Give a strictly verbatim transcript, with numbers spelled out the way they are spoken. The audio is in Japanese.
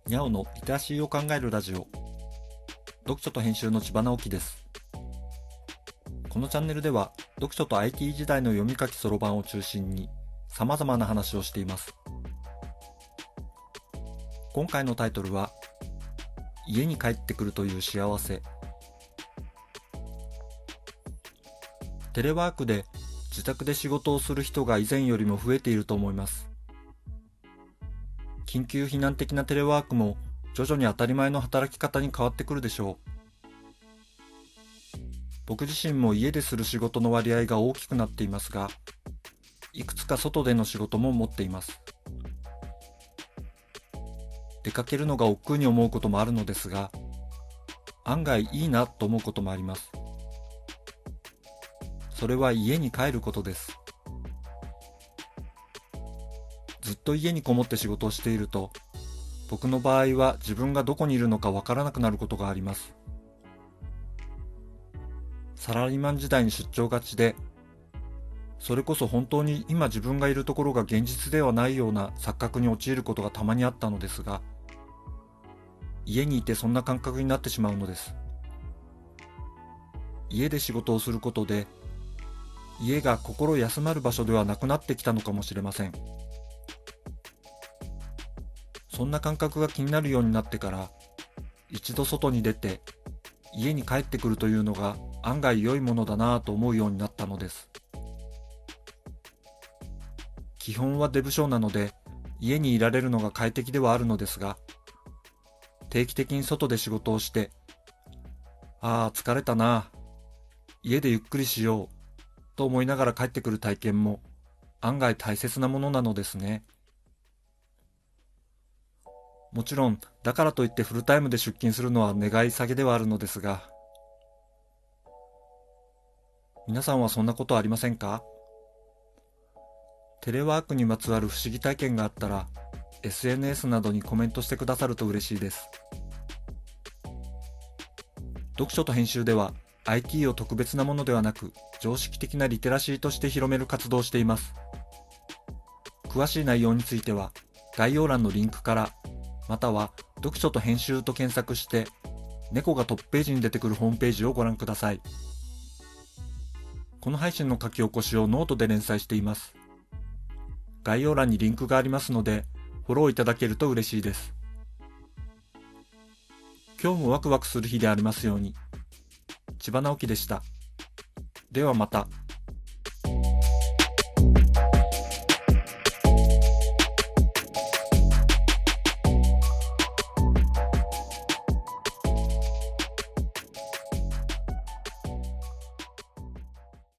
にゃおのリテラシーを考えるラジオ。読書と編集の千葉直樹です。このチャンネルでは読書と アイティー 時代の読み書きそろばんを中心に様々な話をしています。今回のタイトルは家に帰ってくるという幸せ。テレワークで自宅で仕事をする人が以前よりも増えていると思います。緊急避難的なテレワークも徐々に当たり前の働き方に変わってくるでしょう。僕自身も家でする仕事の割合が大きくなっていますが、いくつか外での仕事も持っています。出かけるのが億劫に思うこともあるのですが、案外いいなと思うこともあります。それは家に帰ることです。ずっと家にこもって仕事をしていると、僕の場合は自分がどこにいるのかわからなくなることがあります。サラリーマン時代に出張がちで、それこそ本当に今自分がいるところが現実ではないような錯覚に陥ることがたまにあったのですが、家にいてそんな感覚になってしまうのです。家で仕事をすることで、家が心休まる場所ではなくなってきたのかもしれません。そんな感覚が気になるようになってから、一度外に出て家に帰ってくるというのが案外良いものだなぁと思うようになったのです。基本は出不精なので家にいられるのが快適ではあるのですが、定期的に外で仕事をして、ああ疲れたな、家でゆっくりしようと思いながら帰ってくる体験も案外大切なものなのですね。もちろんだからといってフルタイムで出勤するのは願い下げではあるのですが、皆さんはそんなことありませんか？テレワークにまつわる不思議体験があったら エスエヌエス などにコメントしてくださると嬉しいです。読書と編集では アイティー を特別なものではなく常識的なリテラシーとして広める活動をしています。詳しい内容については概要欄のリンクから、または読書と編集と検索して猫がトップページに出てくるホームページをご覧ください。この配信の書き起こしをノートで連載しています。概要欄にリンクがありますのでフォローいただけると嬉しいです。今日もワクワクする日でありますように。千葉直樹でした。ではまた。